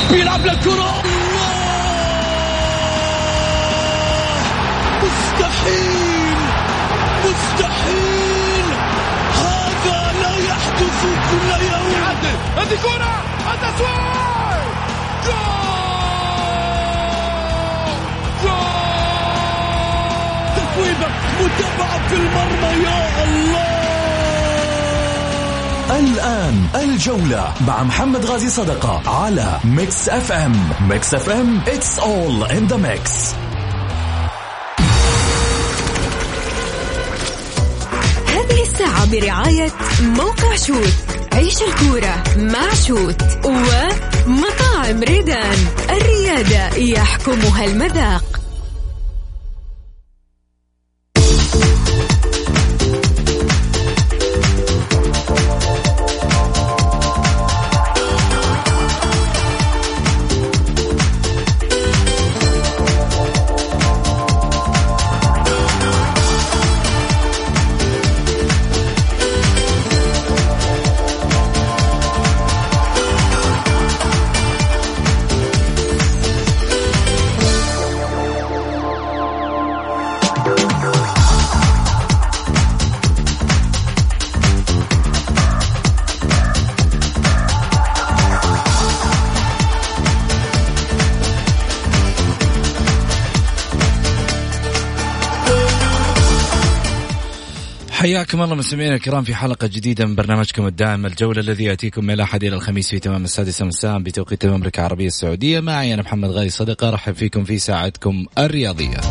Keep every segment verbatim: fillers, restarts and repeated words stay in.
بيلعب للكرة، مستحيل مستحيل، هذا لا يحدث كل يوم. يعدل هذه كرة، التسويق، جول جول، تسويبة متابعة في المرمى، يا الله. الآن الجولة مع محمد غازي صدقة على ميكس اف ام. ميكس اف ام it's all in the mix. هذه الساعة برعاية موقع شوت. عيش الكورة مع شوت ومطاعم ريدان، الريادة يحكمها المذاق. حياكم الله مستمعينا الكرام في حلقة جديدة من برنامجكم الدائم الجولة، الذي يأتيكم من الأحد إلى الخميس في تمام السادسة مساء بتوقيت المملكة العربية السعودية. معي أنا محمد غازي صدقة، رحب فيكم في ساعتكم الرياضية.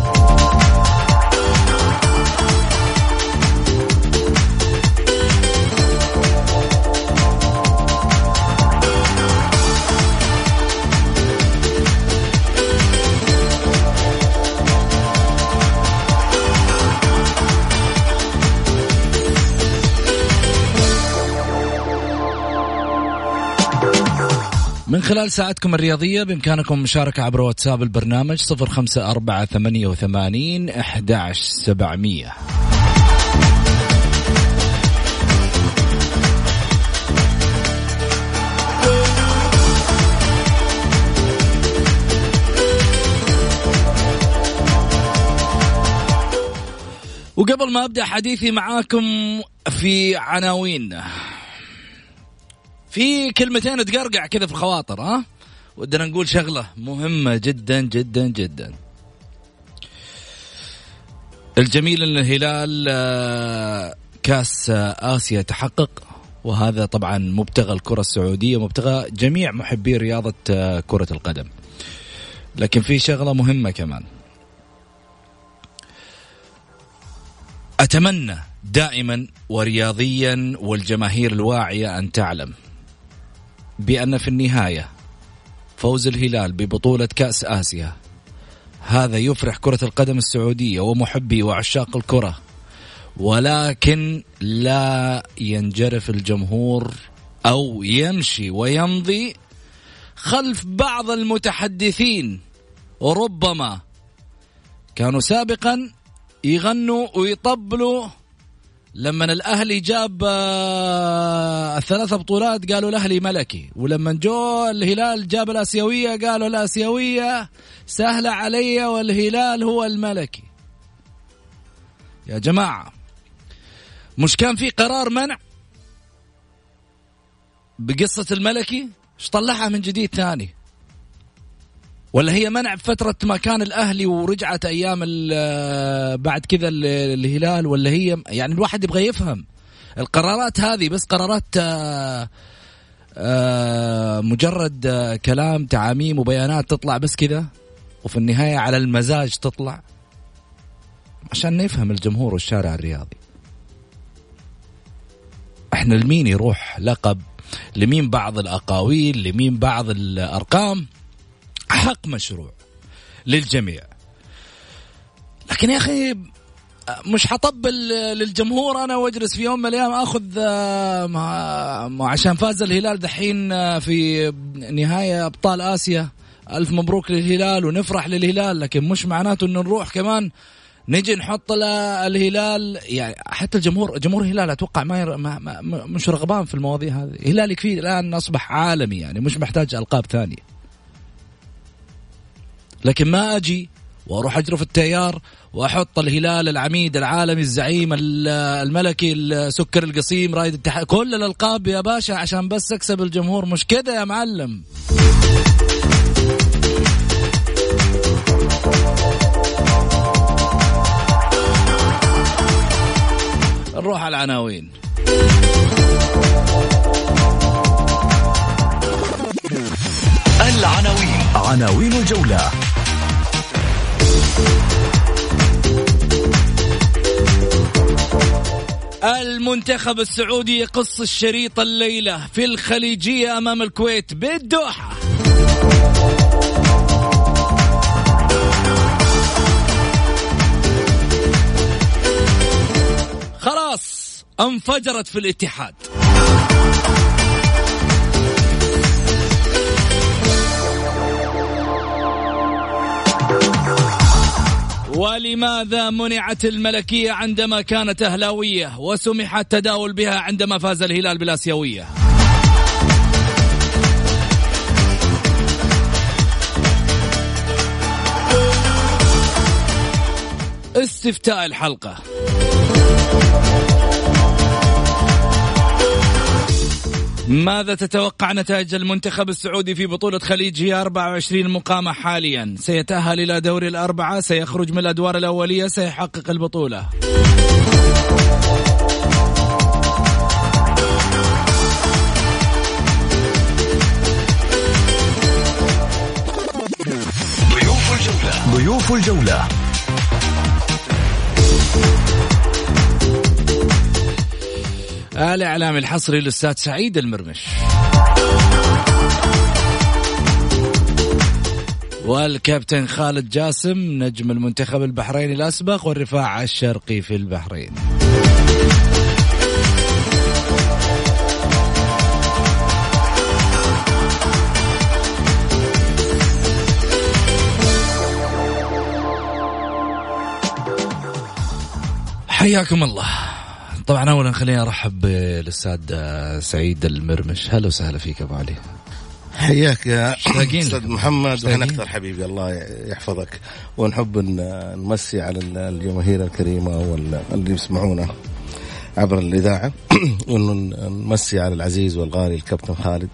من خلال ساعتكم الرياضية بإمكانكم مشاركة عبر واتساب البرنامج صفر خمسة أربعة ثمانية وثمانين أحد عشر سبعمية. وقبل ما أبدأ حديثي معاكم في عناوين، في كلمتين تقرقع كذا في الخواطر، ها ودنا نقول شغلة مهمة جدا جدا جدا. الجميل ان الهلال كاس آسيا تحقق، وهذا طبعا مبتغى الكرة السعودية، مبتغى جميع محبي رياضة كرة القدم. لكن في شغلة مهمة كمان، أتمنى دائما ورياضيا والجماهير الواعية أن تعلم بأن في النهاية فوز الهلال ببطولة كأس آسيا هذا يفرح كرة القدم السعودية ومحبي وعشاق الكرة، ولكن لا ينجرف الجمهور أو يمشي ويمضي خلف بعض المتحدثين، وربما كانوا سابقا يغنوا ويطبلوا لما الأهلي جاب الثلاثة بطولات قالوا الأهلي ملكي، ولما جو الهلال جاب الآسيوية قالوا الآسيوية سهلة علي والهلال هو الملكي. يا جماعة، مش كان في قرار منع بقصة الملكي؟ ايش طلعها من جديد ثاني؟ ولا هي منع بفترة ما كان الأهلي ورجعت أيام بعد كذا الهلال؟ ولا هي يعني الواحد يبغى يفهم القرارات هذه بس قرارات آآ آآ مجرد آآ كلام تعاميم وبيانات تطلع بس كذا، وفي النهاية على المزاج تطلع، عشان نفهم الجمهور والشارع الرياضي. احنا لمين يروح لقب، لمين بعض الأقاويل، لمين بعض الأرقام، حق مشروع للجميع. لكن يا أخي مش حطبل للجمهور أنا واجلس في يوم من الأيام أخذ عشان فاز الهلال دحين في نهاية أبطال آسيا ألف مبروك للهلال ونفرح للهلال، لكن مش معناته إنه نروح كمان نجي نحط الهلال. يعني حتى الجمهور جمهور الهلال أتوقع ما, ما, ما مش رغبان في المواضيع هذه. الهلال يكفي الآن أصبح عالمي، يعني مش محتاج ألقاب ثانية. لكن ما أجي وأروح أجرف التيار وأحط الهلال العميد العالمي الزعيم الملكي السكر القصيم رائد الاتحاد كل الألقاب يا باشا عشان بس أكسب الجمهور. مش كده يا معلم. نروح على العناوين. العناوين عناوين الجولة. المنتخب السعودي يقص الشريط الليلة في الخليجية أمام الكويت بالدوحة. خلاص انفجرت في الاتحاد. ولماذا منعت الملكية عندما كانت أهلاوية وسمح التداول بها عندما فاز الهلال بالآسيوية؟ استفتاء الحلقة. ماذا تتوقع نتائج المنتخب السعودي في بطولة خليجية أربعة وعشرين مقامة حاليا؟ سيتأهل إلى دوري الأربعة، سيخرج من الأدوار الأولية، سيحقق البطولة؟ ضيوف الجولة. ضيوف الجولة. الإعلام الحصري للأستاذ سعيد المرمش، والكابتن خالد جاسم نجم المنتخب البحريني الأسبق والرفاع الشرقي في البحرين. حياكم الله. طبعا أولا خليني أرحب بالأستاذ سعيد المرمش. هلا وسهلا فيك أبو علي. حياك يا أستاذ محمد، وأنا أكثر حبيبي، الله يحفظك. ونحب نمسي على الجماهير الكريمة واللي يسمعونا عبر الإذاعة، ونمسي على العزيز والغالي الكابتن خالد.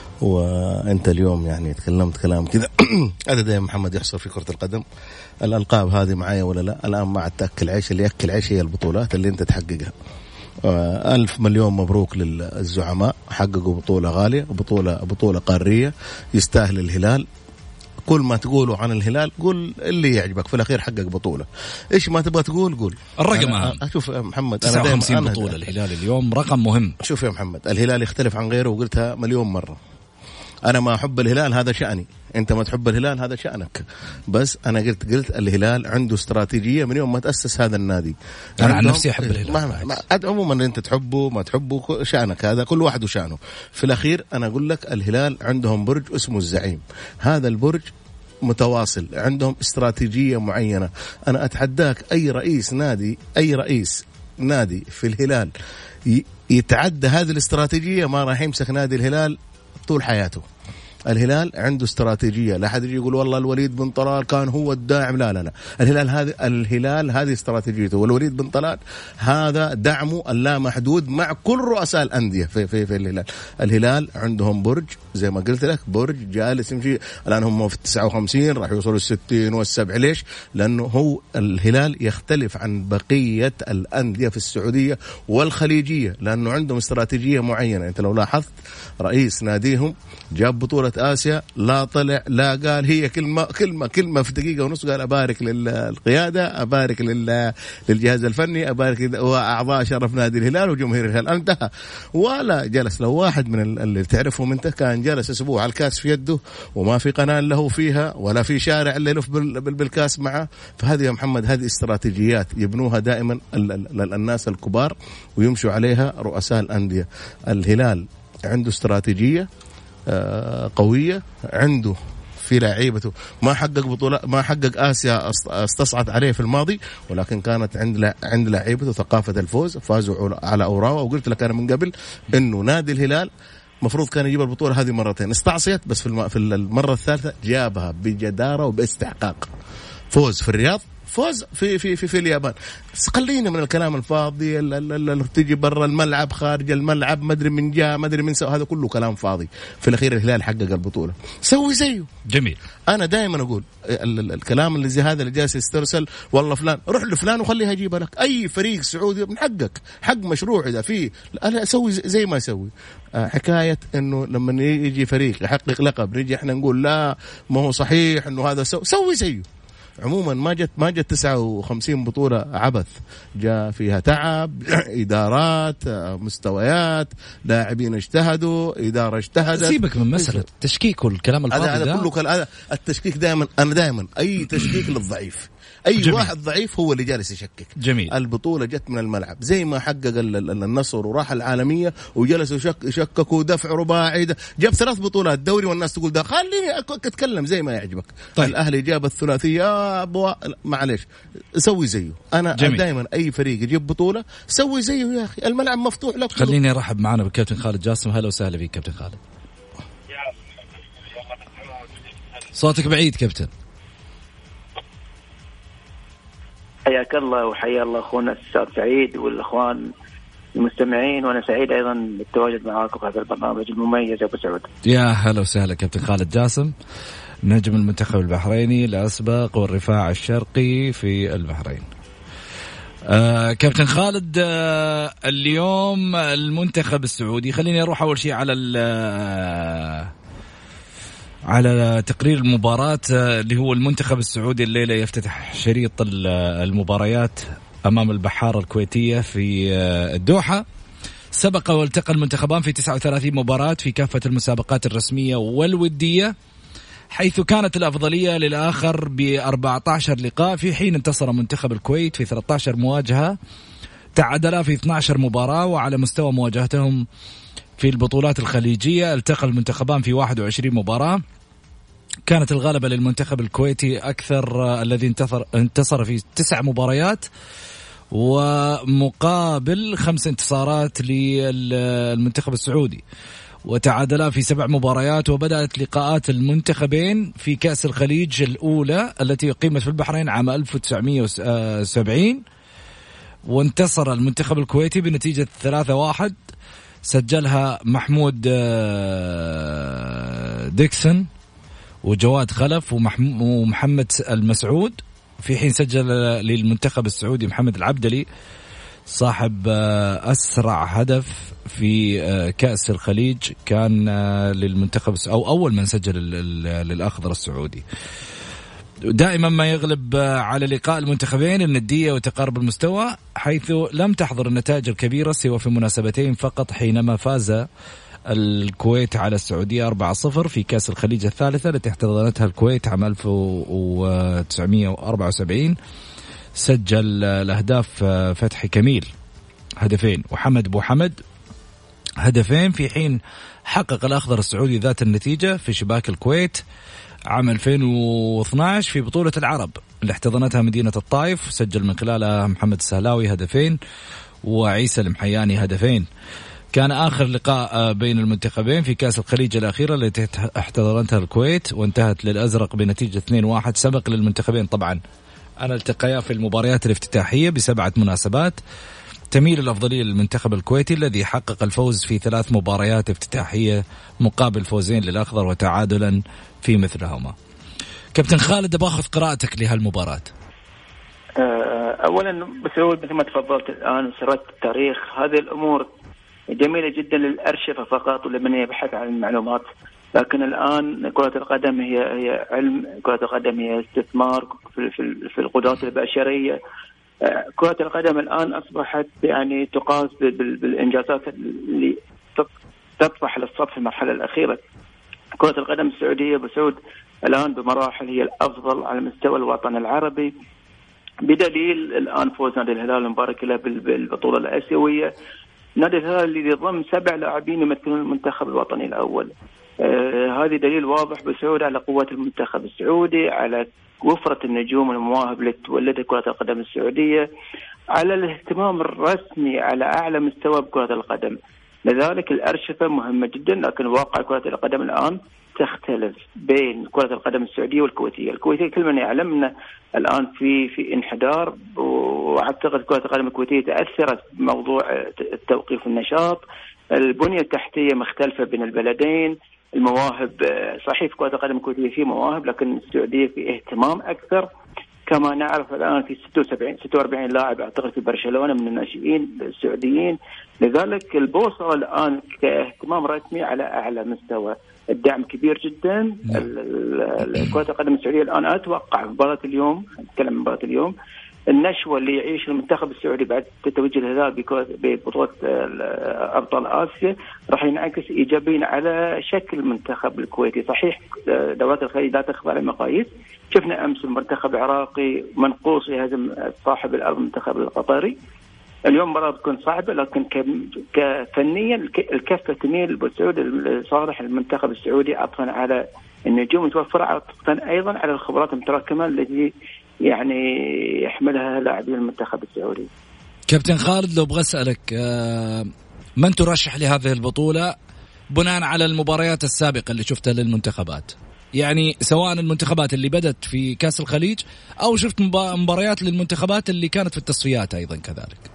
وأنت اليوم يعني تكلمت كلام كذا هذا دائما محمد يحصل في كرة القدم. الألقاب هذه معايا ولا لا؟ الآن ما عاد تأكل عيش، اللي يأكل عيش هي البطولات اللي أنت تحققها. ألف مليون مبروك للزعماء، حققوا بطولة غالية، بطولة بطولة قارية، يستاهل الهلال. كل ما تقولوا عن الهلال قول اللي يعجبك، في الأخير حقق بطولة. إيش ما تبغى تقول قول. الرقم أهم. أشوف يا محمد تسعة وخمسين بطولة الهلال اليوم رقم مهم. شوف يا محمد، الهلال يختلف عن غيره، وقلتها مليون مرة. أنا ما أحب الهلال هذا شأني، أنت ما تحب الهلال هذا شأنك. بس أنا قلت قلت الهلال عنده استراتيجية من يوم ما تأسس هذا النادي. أنا عن نفسي أحب الهلال. عموما أنت تحبه ما تحبه شأنك، هذا كل واحد وشأنه. في الأخير أنا أقول لك الهلال عندهم برج اسمه الزعيم. هذا البرج متواصل، عندهم استراتيجية معينة. أنا أتحداك أي رئيس نادي أي رئيس نادي في الهلال يتعدى هذه الاستراتيجية ما راح يمسك نادي الهلال طول حياته. الهلال عنده استراتيجية، لا حد يجي يقول والله الوليد بن طلال كان هو الداعم، لا لا لا. الهلال هذه الهلال هذه استراتيجيته، والوليد بن طلال هذا دعمه اللامحدود مع كل رؤساء الأندية في في في الهلال. الهلال عندهم برج زي ما قلت لك، برج جالس يمشي. الآن هم في التسعة وخمسين، راح يوصلوا الستين والسبع. ليش؟ لأنه هو الهلال يختلف عن بقية الأندية في السعودية والخليجية، لأنه عندهم استراتيجية معينة. أنت لو لاحظت رئيس ناديهم جاب بطولة آسيا، لا طلع لا قال هي كلمة كلمة كلمة في دقيقة ونص، قال أبارك للقيادة، أبارك للجهاز الفني، أبارك وأعضاء شرف نادي الهلال وجمهور الهلال، انتهى. ولا جلس. لو واحد من اللي تعرفهم أنت كان جلس أسبوع على الكاس في يده وما في قناة له فيها ولا في شارع اللي يلف بالكاس معه. فهذه يا محمد هذه استراتيجيات يبنوها دائما الناس الكبار ويمشوا عليها رؤساء الأندية. الهلال عنده استراتيجية قوية، عنده في لعيبته ما حقق بطولة، ما حقق آسيا استصعد عليه في الماضي، ولكن كانت عند عند لعيبته ثقافة الفوز، فازوا على أوراوا. وقلت لك أنا من قبل إنه نادي الهلال مفروض كان يجيب البطولة هذه مرتين، استعصيت بس في المرة الثالثة جابها بجدارة وباستحقاق. فوز في الرياض، فوز في في في, في اليابان. خلينا من الكلام الفاضي اللي تيجي برا الملعب خارج الملعب ما ادري من جاء ما ادري من سوى، هذا كله كلام فاضي. في الاخير الهلال حقق البطوله، سوي زيه. جميل. انا دائما اقول الكلام اللي زي هذا اللي جالس يسترسل والله فلان روح لفلان وخليها يجيبها لك. اي فريق سعودي من حقك، حق مشروع اذا فيه، انا اسوي زي ما اسوي. حكايه انه لما يجي فريق يحقق لقب نيجي احنا نقول لا ما هو صحيح انه هذا سو سوي زيه. عموما ما جت ما جت تسعة وخمسين بطولة عبث، جاء فيها تعب، إدارات، مستويات، لاعبين اجتهدوا، إدارة اجتهدت. سيبك من مسألة التشكيك والكلام الفاضي ده. هذا كله كل... التشكيك دائما، أنا دائما أي تشكيك للضعيف، أي جميل. واحد ضعيف هو اللي جالس يشكك. جميل. البطولة جت من الملعب زي ما حقق النصر وراح العالمية وجلسوا شك يشككوا دفع رباعي، جاب ثلاث بطولات دوري والناس تقول ده، خليني أتكلم زي ما يعجبك. طيب. الأهلي جاب الثلاثية أبوا معلش سوي زيه. أنا دائما أي فريق يجيب بطولة سوي زيه يا أخي، الملعب مفتوح لك. خليني أرحب معنا بالكابتن خالد جاسم. هلا وسهلا بك كابتن خالد. صوتك بعيد كابتن. حياك الله وحيا الله أخونا الأستاذ سعيد والأخوان المستمعين، وأنا سعيد أيضا بالتواجد معاكم في هذا البرنامج المميز يا أبو سعود. يا هلا وسهلا كابتن خالد جاسم، نجم المنتخب البحريني الأسبق والرفاع الشرقي في البحرين. آه كابتن خالد، آه اليوم المنتخب السعودي، خليني أروح أول شيء على على تقرير المباراة اللي هو المنتخب السعودي الليلة يفتتح شريط المباريات أمام البحارة الكويتية في الدوحة. سبق والتقى المنتخبان في تسعة وثلاثين مباراة في كافة المسابقات الرسمية والودية، حيث كانت الأفضلية للآخر بأربعة عشر لقاء، في حين انتصر منتخب الكويت في ثلاثة عشر مواجهة، تعادلا في اثنتي عشرة مباراة. وعلى مستوى مواجهتهم في البطولات الخليجية التقى المنتخبان في واحد وعشرين مباراة، كانت الغلبة للمنتخب الكويتي أكثر الذي انتصر, انتصر في تسع مباريات، ومقابل خمس انتصارات للمنتخب السعودي، وتعادلا في سبع مباريات. وبدأت لقاءات المنتخبين في كأس الخليج الأولى التي قيمت في البحرين عام ألف وتسعمائة وسبعين، وانتصر المنتخب الكويتي بنتيجة ثلاثة واحد، سجلها محمود ديكسون وجواد خلف ومحمد المسعود، في حين سجل للمنتخب السعودي محمد العبدلي صاحب أسرع هدف في كأس الخليج، كان للمنتخب أو أول من سجل للأخضر السعودي. دائما ما يغلب على لقاء المنتخبين الندية وتقارب المستوى، حيث لم تحضر النتائج الكبيرة سوى في مناسبتين فقط، حينما فاز الكويت على السعودية أربعة صفر في كأس الخليج الثالثة التي احتضنتها الكويت عام ألف وتسعمائة وأربعة وسبعين. سجل الأهداف فتحي كميل هدفين وحمد بو حمد هدفين، في حين حقق الأخضر السعودي ذات النتيجة في شباك الكويت عام ألفين واثني عشر في بطولة العرب اللي احتضنتها مدينة الطائف، سجل من خلالها محمد السهلاوي هدفين وعيسى المحياني هدفين. كان آخر لقاء بين المنتخبين في كأس الخليج الأخيرة التي احتضنتها الكويت وانتهت للأزرق بنتيجة اثنين واحد. سبق للمنتخبين طبعا أن التقيا في المباريات الافتتاحية بسبعة مناسبات، تميل الأفضلية للمنتخب الكويتي الذي حقق الفوز في ثلاث مباريات افتتاحية مقابل فوزين للأخضر وتعادلا في مثلهما. كابتن خالد باخذ قراءتك لهالمباراة. أولا بسعود مثل ما تفضلت الآن سردت التاريخ، هذه الأمور جميلة جدا للأرشفة فقط ولمن يبحث عن المعلومات، لكن الآن كرة القدم هي هي علم، كرة القدم هي استثمار في في, في القدرات البشرية. كرة القدم الآن أصبحت يعني تقاس بالإنجازات اللي تطفح للسطح في المرحلة الأخيرة. كرة القدم السعودية بسعود الآن بمراحل هي الأفضل على مستوى الوطن العربي، بدليل الآن فوز نادي الهلال المبارك له بالبطولة الآسيوية. نادي الهلال اللي يضم سبع لاعبين يمثلون المنتخب الوطني الأول. آه هذه دليل واضح بسعود على قوة المنتخب السعودي، على وفرة النجوم والمواهب اللي تولدها كرة القدم السعودية، على الاهتمام الرسمي على أعلى مستوى بكرة القدم. لذلك الأرشفة مهمة جدا، لكن واقع كرة القدم الآن تختلف بين كرة القدم السعودية والكويتية. الكويتية كل من يعلم أن الآن في في انحدار، وأعتقد كرة القدم الكويتية تأثرت بموضوع التوقيف النشاط، البنية التحتية مختلفة بين البلدين، المواهب صحيح في كرة القدم الكويتية في مواهب، لكن السعودية في اهتمام أكثر. كما نعرف الآن في ستة وسبعين ستة وأربعين لاعب أعتقد في برشلونة من الناشئين السعوديين، لذلك البوصلة الآن كاهتمام رسمي على أعلى مستوى، الدعم كبير جدا. كرة القدم السعودية الآن أتوقع مباراة اليوم، نتكلم عن مباراة اليوم، النشوة اللي يعيش المنتخب السعودي بعد تتويج الهلال ببطولة أبطال آسيا راح ينعكس إيجابيا على شكل المنتخب الكويتي. صحيح دورات الخليج لا تخضع للمقاييس، شفنا أمس المنتخب العراقي منقوص يهزم صاحب الأرض المنتخب القطري، اليوم مباراة تكون صعبة، لكن كفنيا الكفة تميل بالسعودي لصالح المنتخب السعودي، عطفا على النجوم متوفرة، عطفا أيضا على الخبرات المتراكمة التي يعني يحملها لاعبين المنتخب السعودي. كابتن خالد، لو أبغى أسألك من ترشح لهذه البطولة بناء على المباريات السابقة اللي شفتها للمنتخبات، يعني سواء المنتخبات اللي بدت في كأس الخليج أو شفت مباريات للمنتخبات اللي كانت في التصفيات أيضا كذلك؟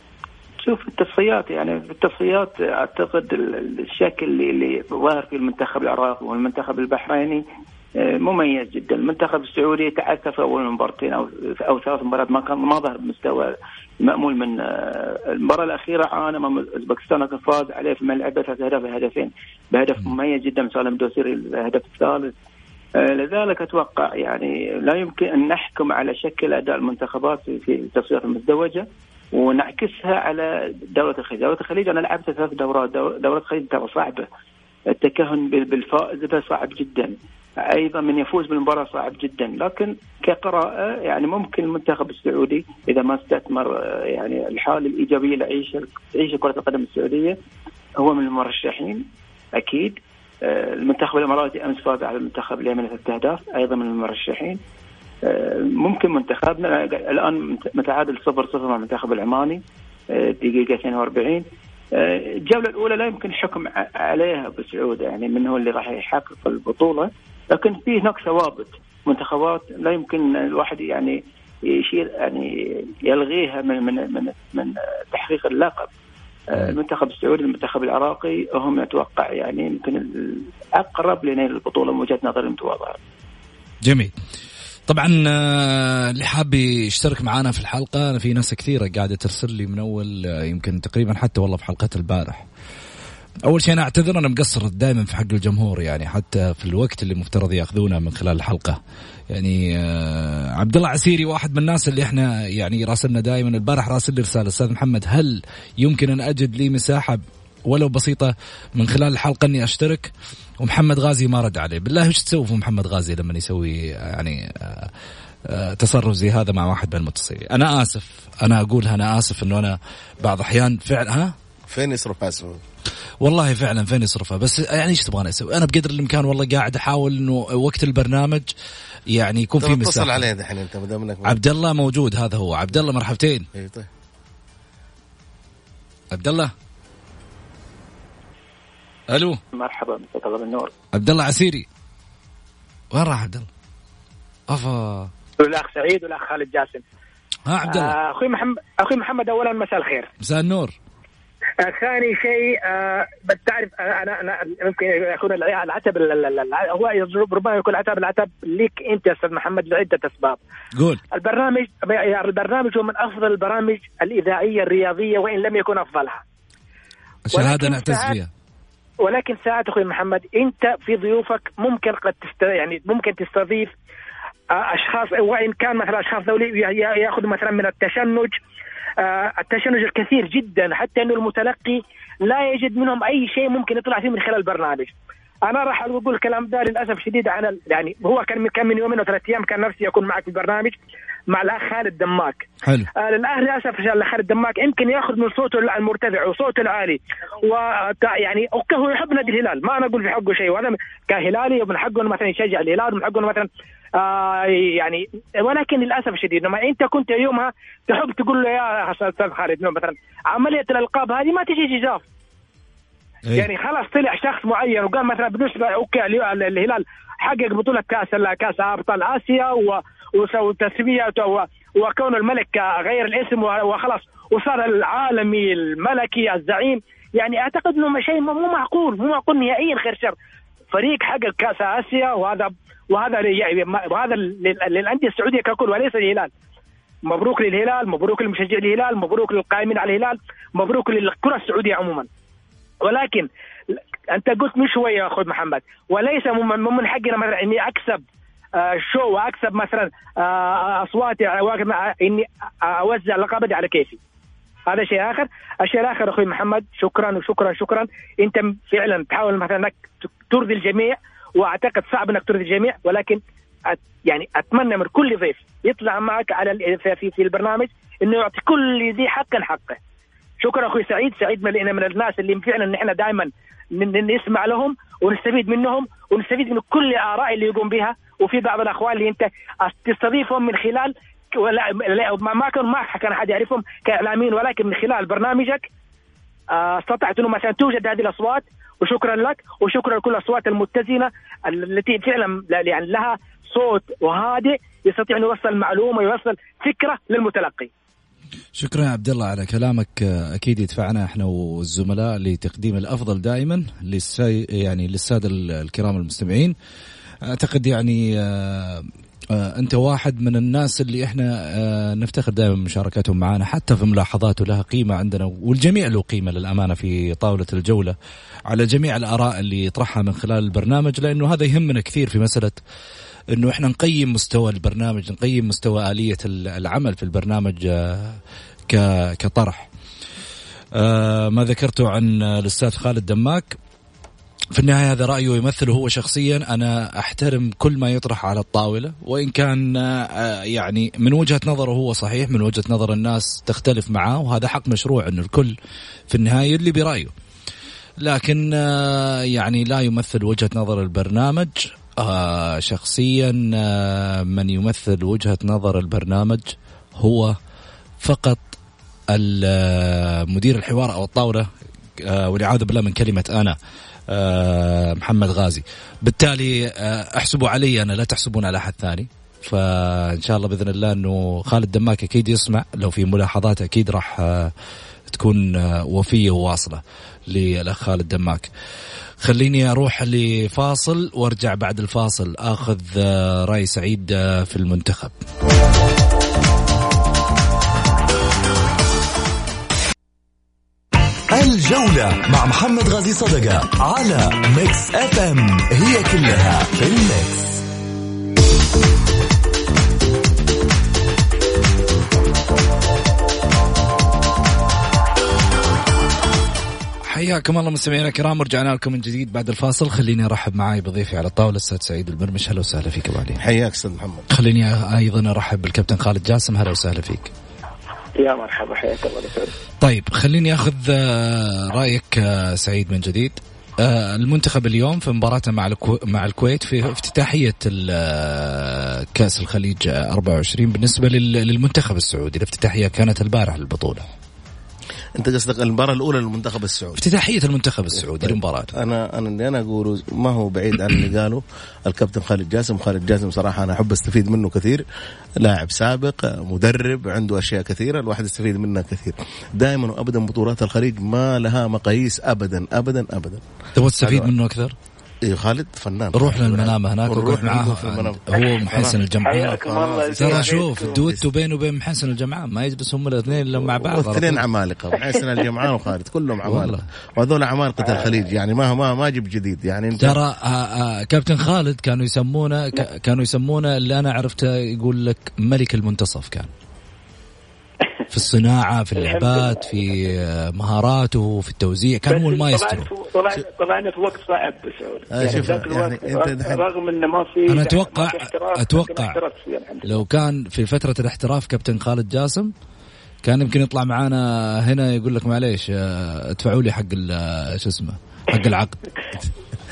شوف التصفيات، يعني في التصفيات أعتقد الشكل اللي, اللي ظهر في المنتخب العراقي والمنتخب البحريني مميز جدا. المنتخب السعودي تعثر في أول مباراتين أو أو ثلاث مباريات، ما كان ما ظهر بمستوى مأمول. من المباراة الأخيرة عانى أمام أوزبكستان، لكن فاز عليه في ملعبه ثلاث أهداف بهدفين بهدف مميز جدا سالم دوسري الهدف الثالث. لذلك أتوقع يعني لا يمكن أن نحكم على شكل أداء المنتخبات في التصفيات المزدوجة ونعكسها على دورة الخليج. دورة الخليج أنا لعبت ثلاث دورات، دورة الخليج ترى صعبة، التكهن بالفائز به صعب جدا، أيضا من يفوز بالمباراة صعب جدا. لكن كقراءة يعني ممكن المنتخب السعودي إذا ما استثمر يعني الحالة الإيجابية اللي يعيش تعيش كرة القدم السعودية هو من المرشحين أكيد. المنتخب الإماراتي أمس فاز على المنتخب اليمني ثلاث أهداف، أيضا من المرشحين. ممكن منتخبنا الآن متعادل صفر صفر مع المنتخب العماني دقيقة اثنين وأربعين. الجولة الأولى لا يمكن حكم عليها بسعودة، يعني من هو اللي راح يحقق البطولة، لكن فيه هناك ثوابت منتخبات لا يمكن الواحد يعني يشير يعني يلغيها من من من, من تحقيق اللقب. المنتخب السعودي المنتخب العراقي هم أتوقع يعني يمكن الأقرب لنيل البطولة من وجهة نظر المتواضعة. جميل. طبعا اللي حاب يشترك معنا في الحلقة، أنا في ناس كثيرة قاعدة ترسل لي من أول يمكن تقريبا حتى والله في حلقة البارح. أول شيء أنا أعتذر، أنا مقصر دائما في حق الجمهور، يعني حتى في الوقت اللي مفترض يأخذونه من خلال الحلقة. يعني عبد الله عسيري واحد من الناس اللي احنا يعني راسلنا دائما، البارح راسل لي رسالة: أستاذ محمد هل يمكن أن أجد لي مساحة ولو بسيطة من خلال الحلقة أني أشترك؟ ومحمد غازي ما رد عليه. بالله وش تسوي في محمد غازي لما يسوي يعني تصرف زي هذا مع واحد من المتصلين؟ أنا آسف، أنا أقولها أنا آسف إنه أنا بعض أحيان فعلا ها فين يصرف اسمه والله فعلا فين يصرفها، بس يعني ايش تبغاني اسوي؟ انا بقدر الامكان والله قاعد احاول انه وقت البرنامج يعني يكون في مساحه. اتصل عليه دحين انت ما دام انك عبد الله موجود، هذا هو عبد الله. مرحبتين. اي طيب عبد الله. الو مرحبا، مساك الله بالنور. عبد الله عسيري وين راح عبد الله؟ افا الاخ سعيد والاخ خالد جاسم. ها عبد الله. آه اخوي محمد اخوي محمد اولا مساء الخير. مساء النور. آه ثاني شيء آه بتعرف آه انا انا ممكن يكون العتب هو ربما يكون العتب العتب ليك انت يا استاذ محمد لعده اسباب. قول. البرنامج البرنامج هو من افضل البرامج الاذاعيه الرياضيه وان لم يكن افضلها. شهاده نعتز فيها. ولكن ساعات اخوي محمد انت في ضيوفك ممكن قد تست يعني ممكن تستضيف اشخاص وان كان مثلا اشخاص دولي ياخذوا مثلا من التشنج التشنج الكثير جدا حتى انه المتلقي لا يجد منهم اي شيء ممكن يطلع فيه من خلال البرنامج. انا راح اقول الكلام ده للاسف شديد عن يعني هو كان كان من يومين وثلاث ايام كان نفسي يكون معك في البرنامج مع الاخ خالد دماك. حلو. آه للاسف الاخ خالد دماك يمكن ياخذ من صوته المرتفع وصوته العالي ويعني اوكي هو يحب نادي الهلال، ما انا اقول في حقه شيء، وانا كهلالي ومن حقه مثلا يشجع الهلال ومن حقه مثلا آه يعني، ولكن للاسف الشديد لما انت كنت يومها تحب تقول له يا استاذ خالد مثلا عمليه الالقاب هذه ما تجي جزاف. أي. يعني خلاص طلع شخص معين وقال مثلا بالنسبة أوكي الهلال حقق بطولة كأس كأس أبطال آسيا وسوى تسمية وكون الملك غير الاسم وخلاص وصار العالمي الملكي الزعيم. يعني أعتقد إنه شيء مو معقول مو معقول نهائيا خير شر فريق حقق كأس آسيا وهذا وهذا وهذا للأندية السعودية ككل وليس الهلال. مبروك للهلال مبروك للمشجع الهلال مبروك للقائمين على الهلال مبروك للكرة السعودية عموما. ولكن أنت قلت من شوية يا أخوي محمد وليس من حقنا مثلا إني أكسب شو وأكسب مثلا أصواتي إني أوزع لقبتي على كيفي. هذا شيء آخر. الشيء الآخر أخوي محمد شكرا وشكرا شكرا أنت فعلا تحاول مثلا أنك ترضي الجميع وأعتقد صعب أنك ترضي الجميع ولكن يعني أتمنى من كل ضيف يطلع معك على في في البرنامج إنه يعطي كل ذي حقا حقه. شكرا أخوي سعيد سعيد من الناس اللي فعلا نحن دائما نسمع لهم ونستفيد منهم ونستفيد من كل الآراء اللي يقوم بها. وفي بعض الأخوان اللي أنت تستضيفهم من خلال ولا ما كان ما كان أحد يعرفهم كإعلاميين ولكن من خلال برنامجك استطعت إنه مثلا توجد هذه الأصوات وشكرا لك وشكرا لكل الأصوات المتزنة التي فعلا يعني لها صوت وهادئ يستطيع أن يوصل معلومة يوصل فكرة للمتلقي. شكرا يا عبد الله على كلامك. أكيد يدفعنا إحنا والزملاء لتقديم الأفضل دائما للسا يعني للسادة الكرام المستمعين. أعتقد يعني أنت واحد من الناس اللي إحنا نفتخر دائما بمشاركتهم معنا حتى في ملاحظاته لها قيمة عندنا والجميع له قيمة للأمانة في طاولة الجولة على جميع الآراء اللي يطرحها من خلال البرنامج لأنه هذا يهمنا كثير في مسألة إنه إحنا نقيم مستوى البرنامج نقيم مستوى آلية العمل في البرنامج كطرح. ما ذكرته عن الأستاذ خالد دماك في النهاية هذا رأيه يمثله هو شخصيا. أنا أحترم كل ما يطرح على الطاولة وإن كان يعني من وجهة نظره هو صحيح من وجهة نظر الناس تختلف معه وهذا حق مشروع أنه الكل في النهاية اللي برأيه لكن يعني لا يمثل وجهة نظر البرنامج. شخصيا من يمثل وجهة نظر البرنامج هو فقط المدير الحوار أو الطاولة والعياذ بالله من كلمة أنا محمد غازي. بالتالي احسبوا علي أنا لا تحسبون على أحد ثاني. فإن شاء الله بإذن الله أنه خالد دماك أكيد يسمع لو في ملاحظات أكيد راح تكون وفية وواصلة للأخ خالد دماك. خليني أروح لفاصل وارجع بعد الفاصل أخذ رأي سعيد في المنتخب. الجولة مع محمد غازي صدقة على ميكس اف ام هي كلها في الميكس. حياكم الله مستمعينا الكرام ورجعنا لكم من جديد بعد الفاصل. خليني ارحب معاي بضيفي على الطاوله الاستاذ سعيد المرمش. هلا وسهلا فيك ابو علي. حياك استاذ محمد. خليني ايضا ارحب بالكابتن خالد جاسم. هلا وسهلا فيك. يا مرحبا حياك الله. طيب خليني اخذ رايك سعيد من جديد. المنتخب اليوم في مباراته مع الكو... مع الكويت في افتتاحيه كاس الخليج أربعة وعشرين بالنسبه للمنتخب السعودي. الافتتاحيه كانت البارحه للبطوله. انت قصدك المباراه الاولى للمنتخب السعودي افتتاحيه المنتخب السعودي للمباراه. انا انا اللي انا اقوله ما هو بعيد عن اللي قاله الكابتن خالد جاسم. خالد جاسم صراحه انا احب استفيد منه كثير. لاعب سابق مدرب عنده اشياء كثيره الواحد يستفيد منها كثير. دائما وابدا بطولات الخليج ما لها مقاييس ابدا ابدا ابدا. تبغى تستفيد منه اكثر؟ إيه خالد فنان. روح للمنامة هناك وروح معاه هو محسن الجمعان. ترى شوف الدويتو بينه وبين محسن الجمعان ما يجلس هم الاثنين لهم مع بعض. الاثنين عمالقة محسن الجمعان وخالد كلهم عمالقة وهذول عمالقة الخليج يعني ما ما ما جيب جديد يعني. انت ترى آآ آآ كابتن خالد كانوا يسمونه كانوا يسمونه اللي أنا عرفته يقول لك ملك المنتصف. كان في الصناعة في اللعبات في مهاراته في التوزيع كان هو المايسترو. طلعنا في وقت صعب يعني, يعني رغم انه ما في انا اتوقع اتوقع لو كان في فترة الاحتراف كابتن خالد جاسم كان يمكن يطلع معانا هنا يقول لك معليش ادفعوا لي حق شو اسمه حق العقد.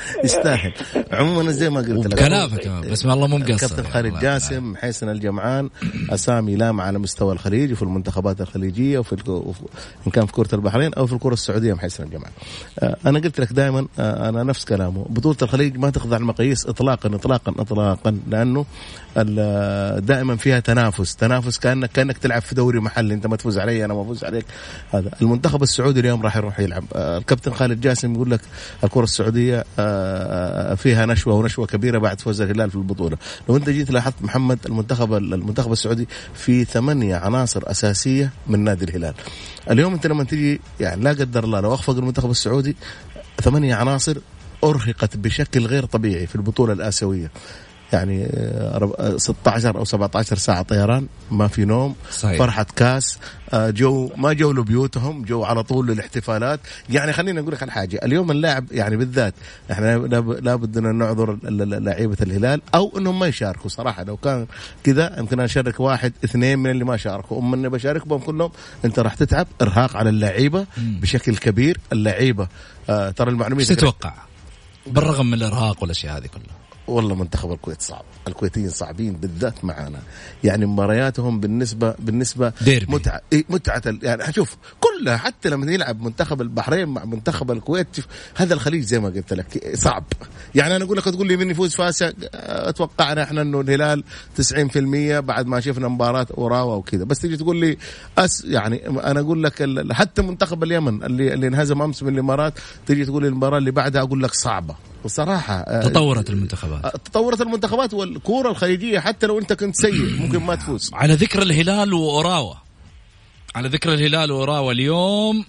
يستاهل. عموما زي ما قلت لك كلامك بس والله مو مقصر. كابتن خالد جاسم، حسن الجمعان، اسامي لامع على مستوى الخليج وفي المنتخبات الخليجيه وفي ان كان في كره البحرين او في الكره السعوديه. حسن الجمعان انا قلت لك دائما انا نفس كلامه، بطوله الخليج ما تخضع المقاييس اطلاقا اطلاقا اطلاقا، لانه دائما فيها تنافس تنافس كانك كانك تلعب في دوري محلي، انت ما تفوز علي انا ما افوز عليك. هذا المنتخب السعودي اليوم راح يروح يلعب. الكابتن خالد جاسم يقول لك الكره السعوديه فيها نشوه ونشوه كبيره بعد فوز الهلال في البطوله. لو انت جيت لاحظت محمد المنتخب المنتخب السعودي في ثمانية عناصر اساسيه من نادي الهلال. اليوم انت لما تيجي يعني لا قدر الله لو اخفق المنتخب السعودي ثمانية عناصر ارهقت بشكل غير طبيعي في البطوله الاسيويه، يعني ستة عشر أو سبعة عشر ساعة طيران، ما في نوم، صحيح. فرحة كاس، جو ما جو لبيوتهم، جو على طول للاحتفالات. يعني خلينا نقول لك على حاجة، اليوم اللاعب يعني بالذات احنا لابد أن نعذر لاعيبة الهلال أو أنهم ما يشاركوا صراحة. لو كان كذا يمكن أشارك واحد اثنين من اللي ما شاركوا، أم أني بشارك بهم كلهم، أنت راح تتعب، إرهاق على اللاعيبة بشكل كبير. اللاعيبة آه ترى المعلومات تتوقع بالرغم من الإرهاق والأشياء هذه كلها. والله منتخب الكويت صعب، الكويتيين صعبين بالذات معنا، يعني مبارياتهم بالنسبة بالنسبة متعة متعة يعني شوف كلها، حتى لما يلعب منتخب البحرين مع منتخب الكويت هذا الخليج زي ما قلت لك صعب. يعني أنا أقول لك تقول لي من يفوز فاسع، أتوقعنا إحنا إنه الهلال تسعين في المية بعد ما شفنا مباراة أوراوا وكذا، بس تيجي تقول لي أس يعني أنا أقول لك حتى منتخب اليمن اللي اللي انهزم أمس من الإمارات، تيجي تقول لي المباراة اللي بعدها أقول لك صعبة. وصراحة تطورت المنتخبات تطورت المنتخبات والكورة الخليجية حتى لو أنت كنت سيء ممكن ما تفوز. على ذكر الهلال وأوراوا على ذكر الهلال وأوراوا اليوم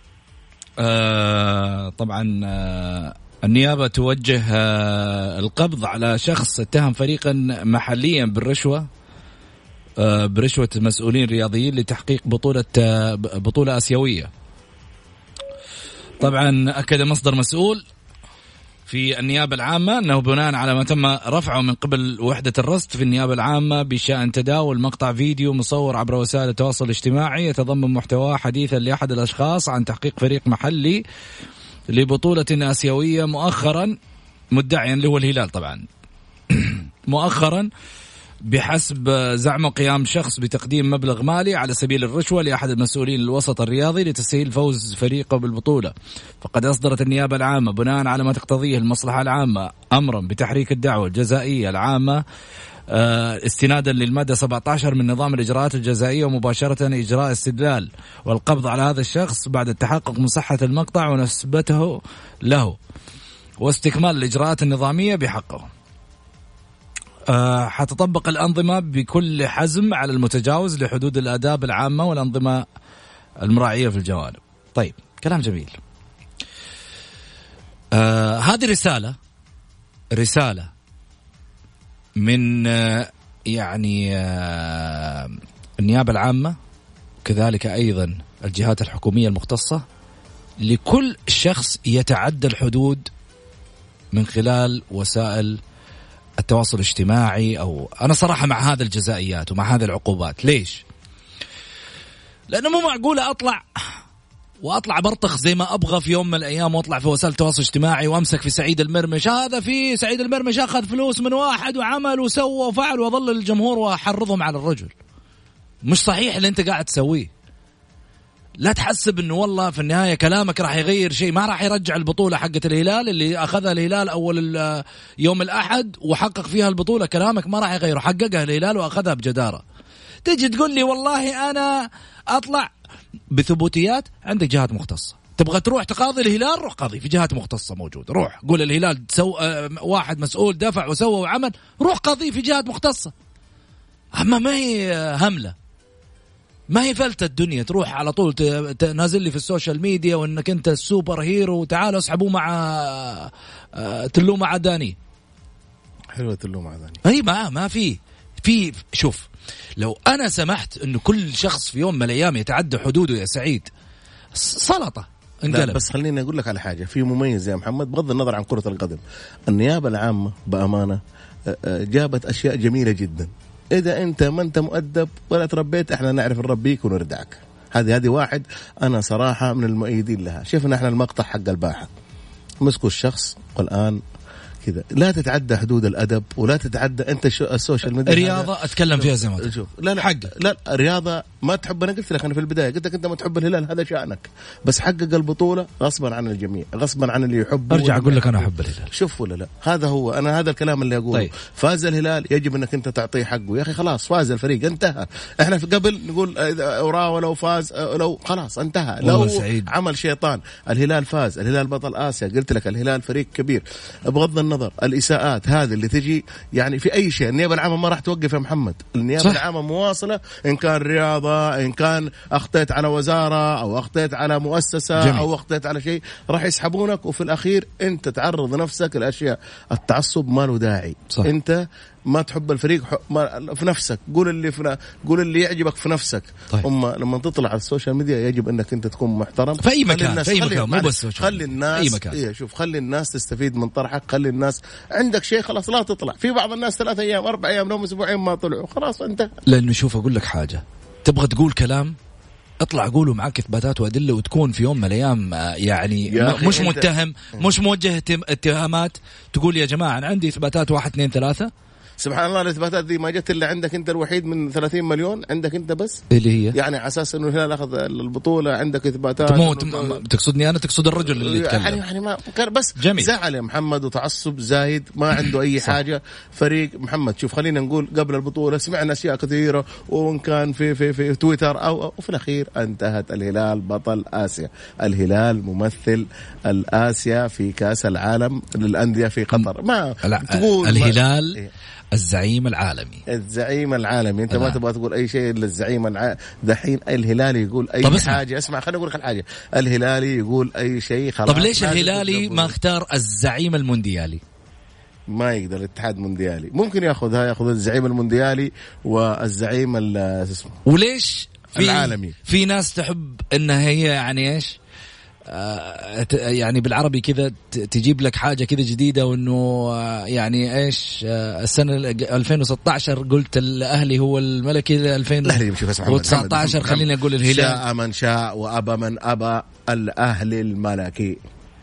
آه طبعا آه النيابة توجه آه القبض على شخص اتهم فريقا محليا بالرشوة آه برشوة مسؤولين رياضيين لتحقيق بطولة آه بطولة آسيوية. طبعا أكد مصدر مسؤول في النيابة العامة أنه بناء على ما تم رفعه من قبل وحدة الرصد في النيابة العامة بشأن تداول مقطع فيديو مصور عبر وسائل التواصل الاجتماعي يتضمن محتواه حديثا لأحد الأشخاص عن تحقيق فريق محلي لبطولة آسيوية مؤخرا، مدعيا اللي هو الهلال طبعا مؤخرا بحسب زعمه قيام شخص بتقديم مبلغ مالي على سبيل الرشوة لأحد المسؤولين الوسط الرياضي لتسهيل فوز فريقه بالبطولة. فقد أصدرت النيابة العامة بناء على ما تقتضيه المصلحة العامة أمرا بتحريك الدعوة الجزائية العامة استنادا للمادة سبعة عشر من نظام الإجراءات الجزائية ومباشرة إجراء استدلال والقبض على هذا الشخص بعد التحقق من صحة المقطع ونسبته له واستكمال الإجراءات النظامية بحقه. أه حتطبق الأنظمة بكل حزم على المتجاوز لحدود الآداب العامة والأنظمة المراعية في الجوانب. طيب كلام جميل. أه هذه رسالة رسالة من أه يعني أه النيابة العامة كذلك أيضا الجهات الحكومية المختصة لكل شخص يتعدى الحدود من خلال وسائل التواصل الاجتماعي. أو أنا صراحة مع هذا الجزائيات ومع هذه العقوبات. ليش؟ لأنه مو معقولة أطلع وأطلع برطخ زي ما أبغى في يوم من الأيام وأطلع في وسائل التواصل الاجتماعي وأمسك في سعيد المرمش، هذا في سعيد المرمش أخذ فلوس من واحد وعمل وسوى وفعل، وظل الجمهور وحرضهم على الرجل. مش صحيح اللي أنت قاعد تسويه. لا تحسب انه والله في النهاية كلامك راح يغير شيء، ما راح يرجع البطولة حقة الهلال اللي اخذها الهلال اول يوم الاحد وحقق فيها البطولة، كلامك ما راح يغيره، حققها الهلال واخذها بجدارة. تيجي تقول لي والله انا اطلع بثبوتيات، عندك جهات مختصة، تبغى تروح تقاضي الهلال روح قاضي في جهات مختصة موجودة، روح قول الهلال سو واحد مسؤول دفع وسوى وعمل، روح قاضي في جهات مختصة. اما ما هي هملة، ما هي فلتة الدنيا تروح على طول تنازل لي في السوشيال ميديا وانك انت السوبر هيرو وتعالوا اسحبوا مع تلو مع داني. حلوة تلو مع داني. اي ما ما في في شوف، لو انا سمحت انه كل شخص في يوم من الايام يتعدى حدوده يا سعيد سلطة انقلب. بس خليني اقول لك على حاجة في مميز يا محمد بغض النظر عن كرة القدم، النيابة العامة بأمانة جابت اشياء جميلة جدا. إذا أنت ما أنت مؤدب ولا تربيت إحنا نعرف نربيك ونردعك. هذه هذه واحد أنا صراحة من المؤيدين لها. شفنا إحنا المقطع حق الباحة مسكوا الشخص والآن كذا. لا تتعدى حدود الأدب ولا تتعدى أنت شو السوشيال ميديا. رياضة أتكلم فيها زي ما شوف لا لا حق لا رياضة ما تحب. أنا قلت لك أنا في البداية قلت لك أنت ما تحب الهلال هذا شأنك، بس حقق البطولة غصبا عن الجميع، غصبا عن اللي يحبه. أرجع أقول لك أنا أحب الهلال. شوف ولا لا هذا هو أنا هذا الكلام اللي أقوله. طيب. فاز الهلال يجب أنك أنت تعطيه حقه يا أخي. خلاص فاز الفريق انتهى. إحنا في قبل نقول أوراوا لو فاز لو خلاص انتهى. لو سعيد. عمل شيطان. الهلال فاز، الهلال بطل آسيا. قلت لك الهلال فريق كبير. بغض النظر الإساءات هذه اللي تجي يعني في أي شيء، النيابة العامة ما راح توقف يا محمد. النيابة العامة مواصلة إن كان رياضة، إن كان أخطيت على وزارة أو أخطيت على مؤسسة جميل. أو أخطيت على شيء راح يسحبونك، وفي الأخير أنت تعرض نفسك لأشياء. التعصب ما له داعي. صح. أنت ما تحب الفريق في نفسك، قول اللي في قول اللي يعجبك في نفسك. طيب. أما لما تطلع على السوشيال ميديا يجب أنك أنت تكون محترم في أي مكان، في أي مكان مو بس خلي الناس إيه شوف خلي الناس تستفيد من طرحك. خلي الناس عندك شيء خلاص لا تطلع. في بعض الناس ثلاثة أيام أربع أيام لهم أسبوعين ما طلعوا خلاص أنت. لأنه شوف أقول لك حاجة، تبغى تقول كلام اطلع قوله معك اثباتات وادله، وتكون في يوم من الايام يعني مش متهم مش موجه اتهامات، تقول يا جماعه انا عندي اثباتات واحد اثنين ثلاثه. سبحان الله الاثباتات دي ما جت الا عندك انت الوحيد من ثلاثين مليون، عندك انت بس اللي هي يعني على اساس انه الهلال اخذ البطوله عندك اثباتات. مو تقصدني انا، تقصد الرجل اللي يتكلم يعني يعني ما بس جميل. زعل يا محمد وتعصب زايد ما عنده اي حاجه. فريق محمد شوف خلينا نقول قبل البطوله سمعنا اشياء كثيره، وان كان في في في تويتر او, أو وفي الاخير انتهت الهلال بطل اسيا. الهلال ممثل الاسيا في كاس العالم للانديه في قطر. ما تقول الهلال ما الزعيم العالمي. الزعيم العالمي انت ما تبغى تقول اي شيء الا الزعيم الع... دحين الهلالي يقول اي حاجه. اسمع خليني اقول لك الحاجه، الهلالي يقول اي شيء خلاص. طب ليش الهلالي ما اختار الزعيم المونديالي؟ ما يقدر الاتحاد مونديالي ممكن ياخذها، ياخذ الزعيم المونديالي والزعيم اسمه. وليش في العالمي في ناس تحب انها هي يعني ايش آه يعني بالعربي كذا تجيب لك حاجة كذا جديدة، وإنه آه يعني إيش آه السنة ألفين وستة عشر قلت الأهلي هو الملكي، ألفين وتسعة عشر خلينا نقول الهلال. شاء من شاء وأبى من أبى، الأهلي الملكي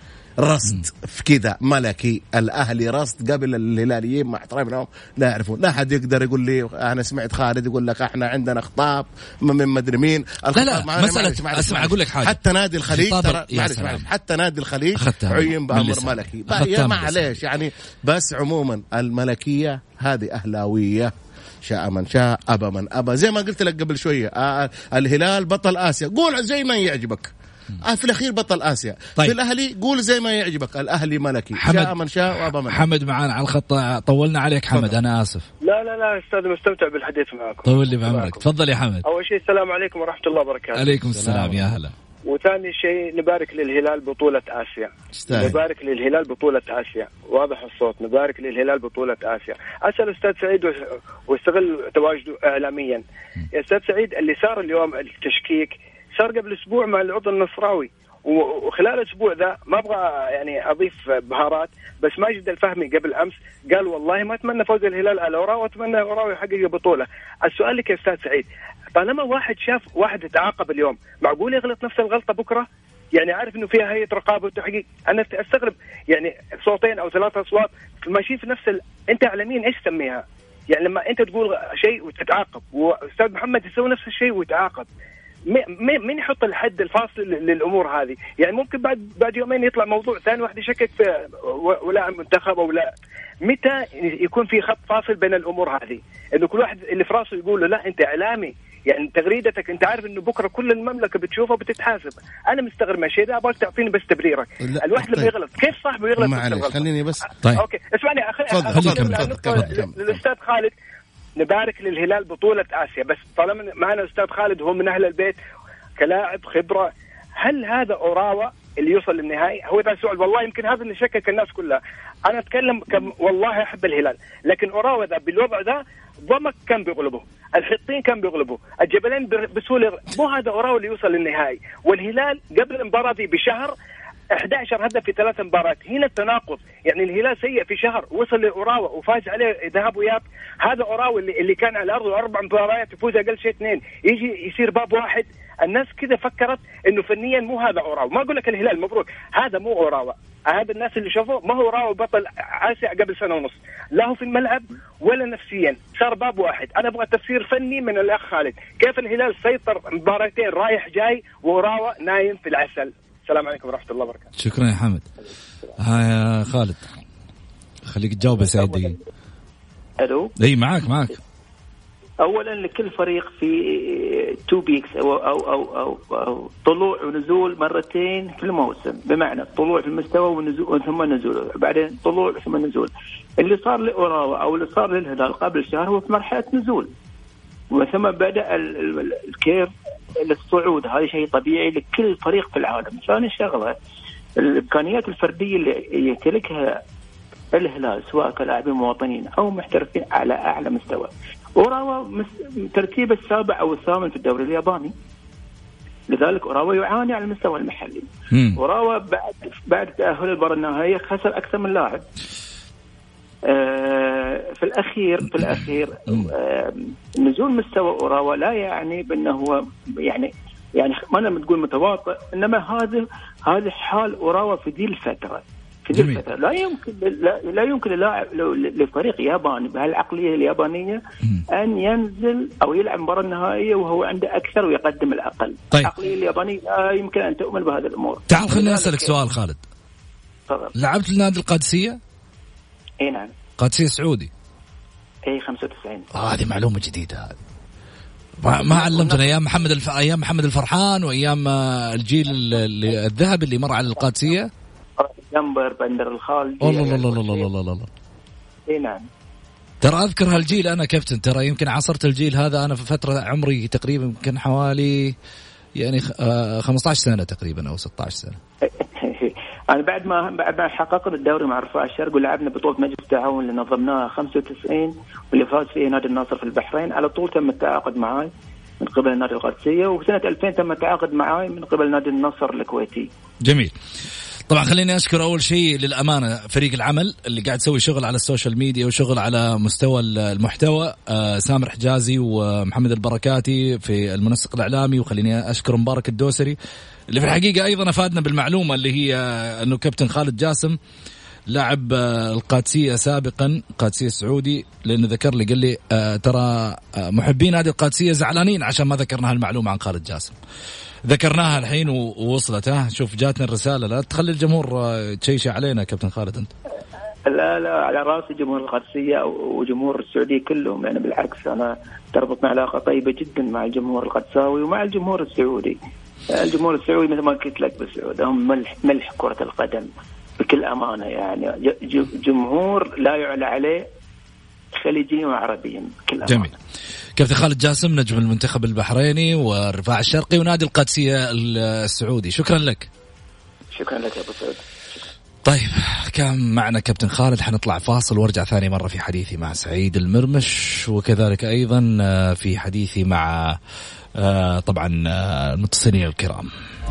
رصد في كذا ملكي. الأهلي رصد قبل الهلاليين مع احترامي لهم لا يعرفون. لا حد يقدر يقول لي أنا سمعت خالد يقول لك احنا عندنا خطاب من مدري مين. لا لا مسألة اسمع أقول لك حاجة، حتى نادي الخليج ترى معلش معلش حتى نادي الخليج عين بأمر ملكي. يا معليش يعني بس عموما الملكية هذه أهلاوية، شاء من شاء أبى من أبى. زي ما قلت لك قبل شوية آه الهلال بطل آسيا، قول زي ما يعجبك. آه في الأخير بطل آسيا. طيب. في الأهلي قول زي ما يعجبك، الأهلي ملكي شاء من شاء وأبى من. حمد معانا على الخط، طولنا عليك حمد فضل. أنا آسف. لا لا لا أستاذ مستمتع بالحديث معكم. طول لي بعمرك، تفضل يا حمد. أول شيء السلام عليكم ورحمة الله وبركاته. عليكم السلام يا هلا. وثاني شيء نبارك للهلال بطولة آسيا. استاذ. نبارك للهلال بطولة آسيا، واضح الصوت. نبارك للهلال بطولة آسيا. أسأل أستاذ سعيد واستغل تواجده إعلاميا. يا أستاذ سعيد اللي صار اليوم التشكيك صار قبل أسبوع مع العضو النصراوي، وخلال الأسبوع ذا ما أبغى يعني أضيف بهارات، بس ماجد الفهمي قبل أمس قال والله ما أتمنى فوز الهلال على الأوراق وأتمنى الأوراق يحقق بطولة. السؤال لك يا أستاذ سعيد، طالما واحد شاف واحد يتعاقب اليوم معقول يغلط نفس الغلطة بكرة؟ يعني عارف إنه فيها هيئة رقابة وتحقيق. أنا أستغرب يعني صوتين أو ثلاثة أصوات ماشيين في نفس ال... أنت إعلاميين إيش تسميها؟ يعني لما أنت تقول شيء وتتعاقب وأستاذ محمد يسوي نفس الشيء ويتعاقب، مين يحط الحد الفاصل للأمور هذه؟ يعني ممكن بعد بعد يومين يطلع موضوع ثاني واحد يشكك في ولا منتخب أو لا. متى يكون في خط فاصل بين الأمور هذه؟ إنه كل واحد اللي في راسه يقول له لا أنت إعلامي، يعني تغريدتك أنت عارف إنه بكرة كل المملكة بتشوفها وبتتحاسب. أنا مستغرب من الشيء ده، أبغاك تعطيني بس تبريرك. الواحد لما يغلط كيف صاحبه يغلط؟ معلش خليني بس طيب. أوكي اسمعني أخي الأستاذ خالد. نبارك للهلال بطولة آسيا، بس طالما معنا أستاذ خالد هو من أهل البيت كلاعب خبرة، هل هذا أوراوا اللي يوصل للنهائي؟ هو ده السؤال والله. يمكن هذا اللي شكك الناس كلها. أنا أتكلم كم والله أحب الهلال، لكن أوراوا ذا بالوضع ذا ضمك كان بيغلبه، الحطين كان بيغلبه، الجبلين بسهولة. مو هذا أوراوا اللي يوصل للنهائي. والهلال قبل المباراة دي بشهر أحد عشر هدف في ثلاث مباريات. هنا التناقض، يعني الهلال سيء في شهر وصل لأوراوا وفاز عليه ذهاب وإياب. هذا أوراوا اللي, اللي كان على الأرض أربع مباريات يفوز أقل شيء اثنين، يجي يصير باب واحد. الناس كذا فكرت انه فنيا مو هذا اوراوا. ما اقول لك الهلال مبروك، هذا مو اوراوا. هذا الناس اللي شافوه ما هو اوراوا بطل اسيا قبل سنه ونص، لا هو في الملعب ولا نفسيا، صار باب واحد. انا ابغى تفسير فني من الاخ خالد، كيف الهلال سيطر مباراتين رايح جاي واوراوا نايم في العسل. السلام عليكم ورحمه الله وبركاته. شكرا يا حمد. ها يا خالد خليك تجاوب يا سعيد. الو اي معاك معاك. اولا لكل فريق في تو بيكس أو, أو, أو, أو, أو طلوع ونزول مرتين في الموسم، بمعنى طلوع في المستوى ونزول ثم نزول، بعدين طلوع ثم نزول. اللي صار لأوراوا او اللي صار للهلال قبل شهر هو في مرحله نزول، وثم بدا الكير للصعود. هذا شيء طبيعي لكل فريق في العالم. ثاني شغله الامكانيات الفرديه اللي يمتلكها الهلال سواء كلاعبين مواطنين او محترفين على اعلى مستوى. اوراوا ترتيب السابع او الثامن في الدوري الياباني، لذلك اوراوا يعاني على المستوى المحلي. اوراوا بعد بعد تاهل المباراه النهائيه خسر اكثر من لاعب. آه في الاخير في الاخير آه نزول مستوى اوراوا لا يعني بانه هو يعني يعني ما لما تقول متواطئ، انما هذا هذا حال اوراوا في ذي الفتره. في ذي الفتره لا يمكن لا, لا يمكن للاعب لفريق ياباني بهالعقليه اليابانيه ان ينزل او يلعب المباراه النهائيه وهو عنده اكثر ويقدم الاقل. طيب. العقليه اليابانيه لا يمكن ان تؤمن بهذه الامور. تعال خليني اسالك سؤال خالد. تفضل. لعبت النادي القادسيه؟ اي نعم. قادسيه سعودي. اي خمسة وتسعين. آه هذه معلومه جديده هذه. ما, ما علمتنا ايام محمد الف... ايام محمد الفرحان وايام الجيل اللي... الذهبي اللي مر على القادسيه. جنبر بندر الخالدي. الله الله الله الله الله الله. اي نعم. ترى اذكر هالجيل انا كابتن، ترى يمكن عصرت الجيل هذا انا في فتره عمري تقريبا يمكن حوالي يعني خمسة عشر سنه تقريبا او ستة عشر سنه. أنا بعد ما بعد ما حققنا الدوري مع رفاع الشرق ولعبنا بطولة مجلس التعاون اللي نظمناها خمسة وتسعين واللي فاز فيه نادي النصر في البحرين، على طول تم التعاقد معاي من قبل نادي القادسية، وسنة ألفين تم التعاقد معاي من قبل نادي النصر الكويتي. جميل. طبعا خليني أشكر أول شيء للأمانة فريق العمل اللي قاعد يسوي شغل على السوشيال ميديا وشغل على مستوى المحتوى، آه سامر حجازي ومحمد البركاتي في المنسق الإعلامي، وخليني أشكر مبارك الدوسري اللي في الحقيقة أيضا أفادنا بالمعلومة اللي هي أنه كابتن خالد جاسم لاعب القادسية سابقا، القادسية السعودي، لأنه ذكر لي قال لي آه ترى محبين نادي القادسية زعلانين عشان ما ذكرنا هالمعلومة عن خالد جاسم. ذكرناها الحين ووصلت. ها شوف جاتنا الرسالة، لا تخلي الجمهور تشيش علينا كابتن خالد أنت. لا لا على راسي جمهور القادسية وجمهور السعودية كلهم، يعني بالعكس أنا تربطنا علاقة طيبة جدا مع الجمهور القادساوي ومع الجمهور السعودي. الجمهور السعودي مثل ما قلت لك بالسعود هم ملح ملح كرة القدم بكل أمانة، يعني جمهور لا يعلى عليه خليجي وعربي بكل أمانة. جميل. كابتن خالد جاسم نجم المنتخب البحريني والرفاع الشرقي ونادي القادسية السعودي، شكرا لك. شكرا لك يا أبو سعود. طيب كان معنا كابتن خالد، حنطلع فاصل وارجع ثاني مرة في حديثي مع سعيد المرمش، وكذلك أيضا في حديثي مع طبعا المتصلين الكرام.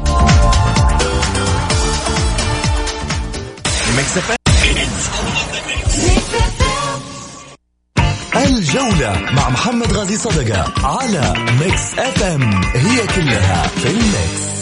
الجولة مع محمد غازي صدقة على ميكس اف ام، هي كلها في الميكس.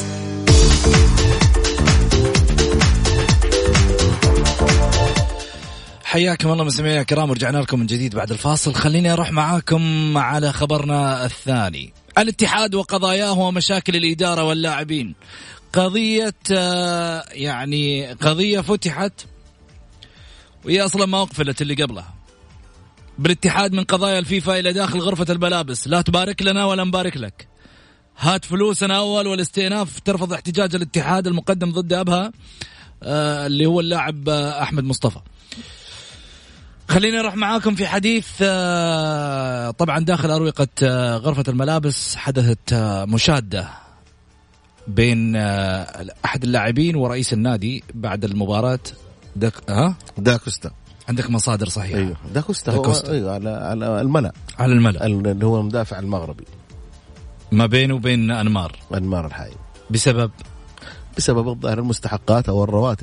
حياكم الله مستمعينا الكرام، ورجعنا لكم من جديد بعد الفاصل. خليني أروح معاكم على خبرنا الثاني، الاتحاد وقضاياه ومشاكل الإدارة واللاعبين. قضية يعني قضية فتحت وهي أصلا ما أقفلت اللي قبلها بالاتحاد من قضايا الفيفا إلى داخل غرفة الملابس. لا تبارك لنا ولا نبارك لك، هات فلوسنا أول والاستئناف. ترفض احتجاج الاتحاد المقدم ضد أبها آه اللي هو اللاعب آه أحمد مصطفى. خليني أروح معاكم في حديث آه طبعا داخل أروقة آه غرفة الملابس. حدثت آه مشادة بين آه أحد اللاعبين ورئيس النادي بعد المباراة. داك ها داكوستا، عندك مصادر صحيحة؟ أيوه داكوستا, داكوستا. أيوه على على الملأ على الملأ اللي هو المدافع المغربي ما بينه وبين أنمار أنمار الحي، بسبب بسبب الظاهر المستحقات أو الرواتب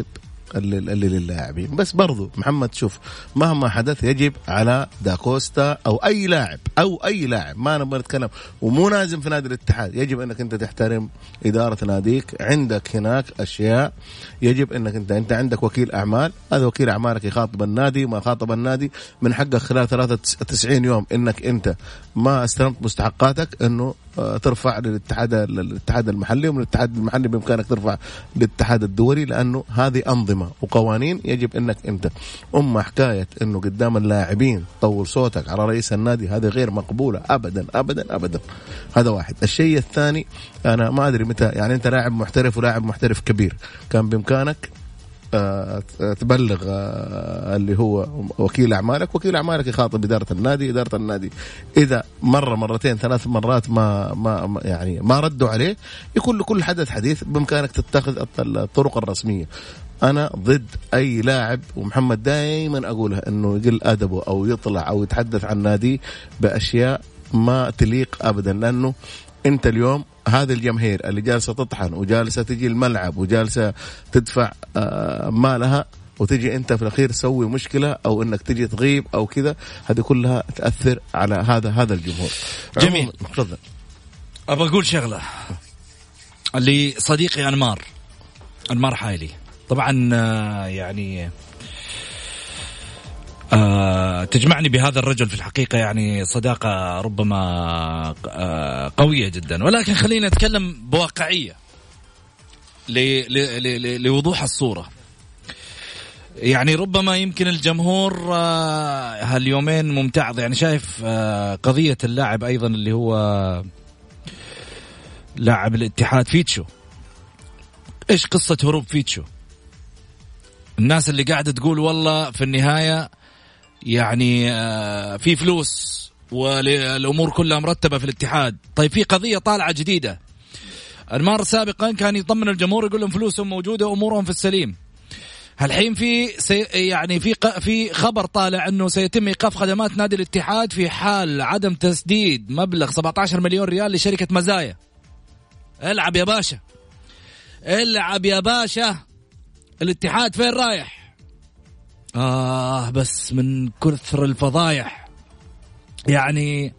اللي, اللي للاعبين. بس برضو محمد شوف مهما حدث يجب على داكوستا أو أي لاعب أو أي لاعب ما نبغى نتكلم ومو لازم في نادي الاتحاد، يجب أنك أنت تحترم إدارة ناديك. عندك هناك أشياء يجب أنك أنت أنت عندك وكيل أعمال، هذا وكيل أعمالك يخاطب النادي ما خاطب النادي، من حقك خلال ثلاثة وتسعين يوم أنك أنت ما استلمت مستحقاتك أنه ترفع للاتحاد الاتحاد المحلي، ومن الاتحاد المحلي بإمكانك ترفع للاتحاد الدولي، لأنه هذه أنظمة وقوانين يجب أنك أنت. أما حكاية أنه قدام اللاعبين طول صوتك على رئيس النادي هذه غير مقبولة أبدا أبدا أبدا. هذا واحد. الشيء الثاني أنا ما أدري متى يعني أنت لاعب محترف ولاعب محترف كبير، كان بإمكانك تبلغ اللي هو وكيل أعمالك، وكيل أعمالك يخاطب إدارة النادي، إدارة النادي إذا مرة مرتين ثلاث مرات ما ما يعني ما ردوا عليه يكون لكل حدث حديث بإمكانك تتخذ الطرق الرسمية. أنا ضد أي لاعب، ومحمد دائما أقولها، إنه يقل أدبه أو يطلع أو يتحدث عن نادي بأشياء ما تليق أبدا، لأنه أنت اليوم هذه الجماهير اللي جالسة تطحن وجالسة تجي الملعب وجالسة تدفع مالها، وتجي أنت في الأخير تسوي مشكلة أو أنك تجي تغيب أو كذا، هذه كلها تأثر على هذا هذا الجمهور. جميل. تفضل. أبغى أقول شغلة اللي صديقي أنمار أنمار حايلي، طبعا يعني آه تجمعني بهذا الرجل في الحقيقة يعني صداقة ربما آه قوية جدا، ولكن خلينا نتكلم بواقعية لوضوح الصورة. يعني ربما يمكن الجمهور آه هاليومين ممتعض، يعني شايف آه قضية اللاعب أيضا اللي هو لاعب الاتحاد فيتشو. إيش قصة هروب فيتشو؟ الناس اللي قاعدة تقول والله في النهاية يعني في فلوس والأمور كلها مرتبة في الاتحاد. طيب في قضية طالعة جديدة، المرة سابقا كان يطمن الجمهور يقول لهم فلوسهم موجودة أمورهم في السليم. هالحين في سي يعني في في خبر طالع أنه سيتم إيقاف خدمات نادي الاتحاد في حال عدم تسديد مبلغ سبعة عشر مليون ريال لشركة مزايا. العب يا باشا، العب يا باشا، الاتحاد فين رايح؟ آه بس من كثر الفضايح يعني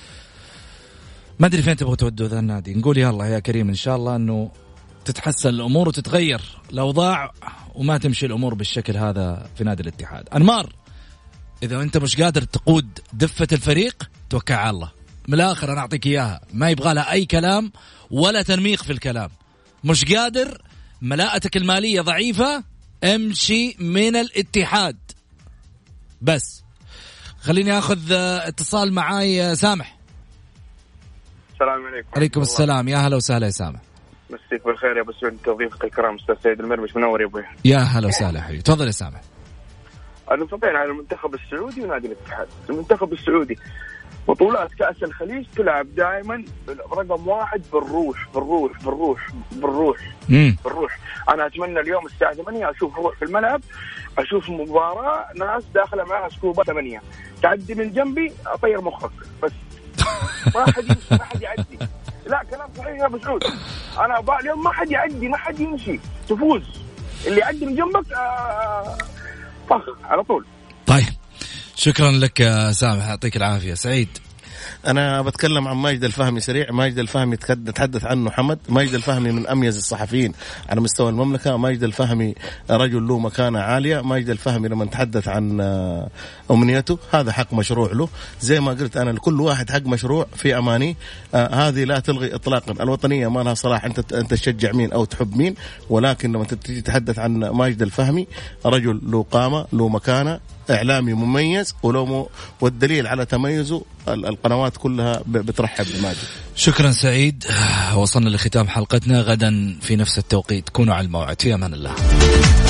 ما أدري فين تبغوا تودوا ذا النادي. نقول يلا يا كريم إن شاء الله أنه تتحسن الأمور وتتغير الأوضاع وما تمشي الأمور بالشكل هذا في نادي الاتحاد. أنمار، إذا أنت مش قادر تقود دفة الفريق توكل على الله. من الآخر أنا أعطيك إياها، ما يبغى لها أي كلام ولا تنميق في الكلام. مش قادر، ملاءتك المالية ضعيفة، امشي من الاتحاد. بس خليني أخذ اتصال معاي. سامح. السلام عليكم. عليكم السلام، يا هلا وسهلا يا سامح. مسيك بالخير يا ابو سعود، توظيفك الكرام استاذ سيد المرمش، منور يا ابوي. يا هلا وسهلا حبيبي، تفضل يا سامح. انا طبعا على المنتخب السعودي ونادي الاتحاد. المنتخب السعودي بطولات كأس الخليج تلعب دائما رقم واحد بالروح بالروح بالروح بالروح مم. بالروح. أنا أتمنى اليوم الساعة ثمانية أشوف روح في الملعب، أشوف مباراة ناس داخلة معها سكوبة ثمانية تعدي من جنبي أطير مخك بس ما حد يمشي، ما حد يعدي. لا كلام صحيح يا أبو سعود، أنا أبغى اليوم ما حد يعدي، ما حد يمشي، تفوز. اللي يعدي من جنبك آه فخر على طول. طيب شكرا لك يا سامح، يعطيك العافية. سعيد. أنا بتكلم عن ماجد الفهمي سريع. ماجد الفهمي تحدث عنه حمد. ماجد الفهمي من أميز الصحفيين على مستوى المملكة. ماجد الفهمي رجل له مكانة عالية. ماجد الفهمي لما نتحدث عن أمنيته هذا حق مشروع له، زي ما قلت أنا لكل واحد حق مشروع في أماني. آه هذه لا تلغي إطلاقا الوطنية، ما لها صلاح أنت أنت تشجع مين أو تحب مين، ولكن لما تيجي تتحدث عن ماجد الفهمي رجل له قامة له مكانة، إعلامي مميز، ولو والدليل على تميزه القنوات كلها بترحب بماجد. شكرا سعيد. وصلنا لختام حلقتنا، غدا في نفس التوقيت كونوا على الموعد. في أمان الله.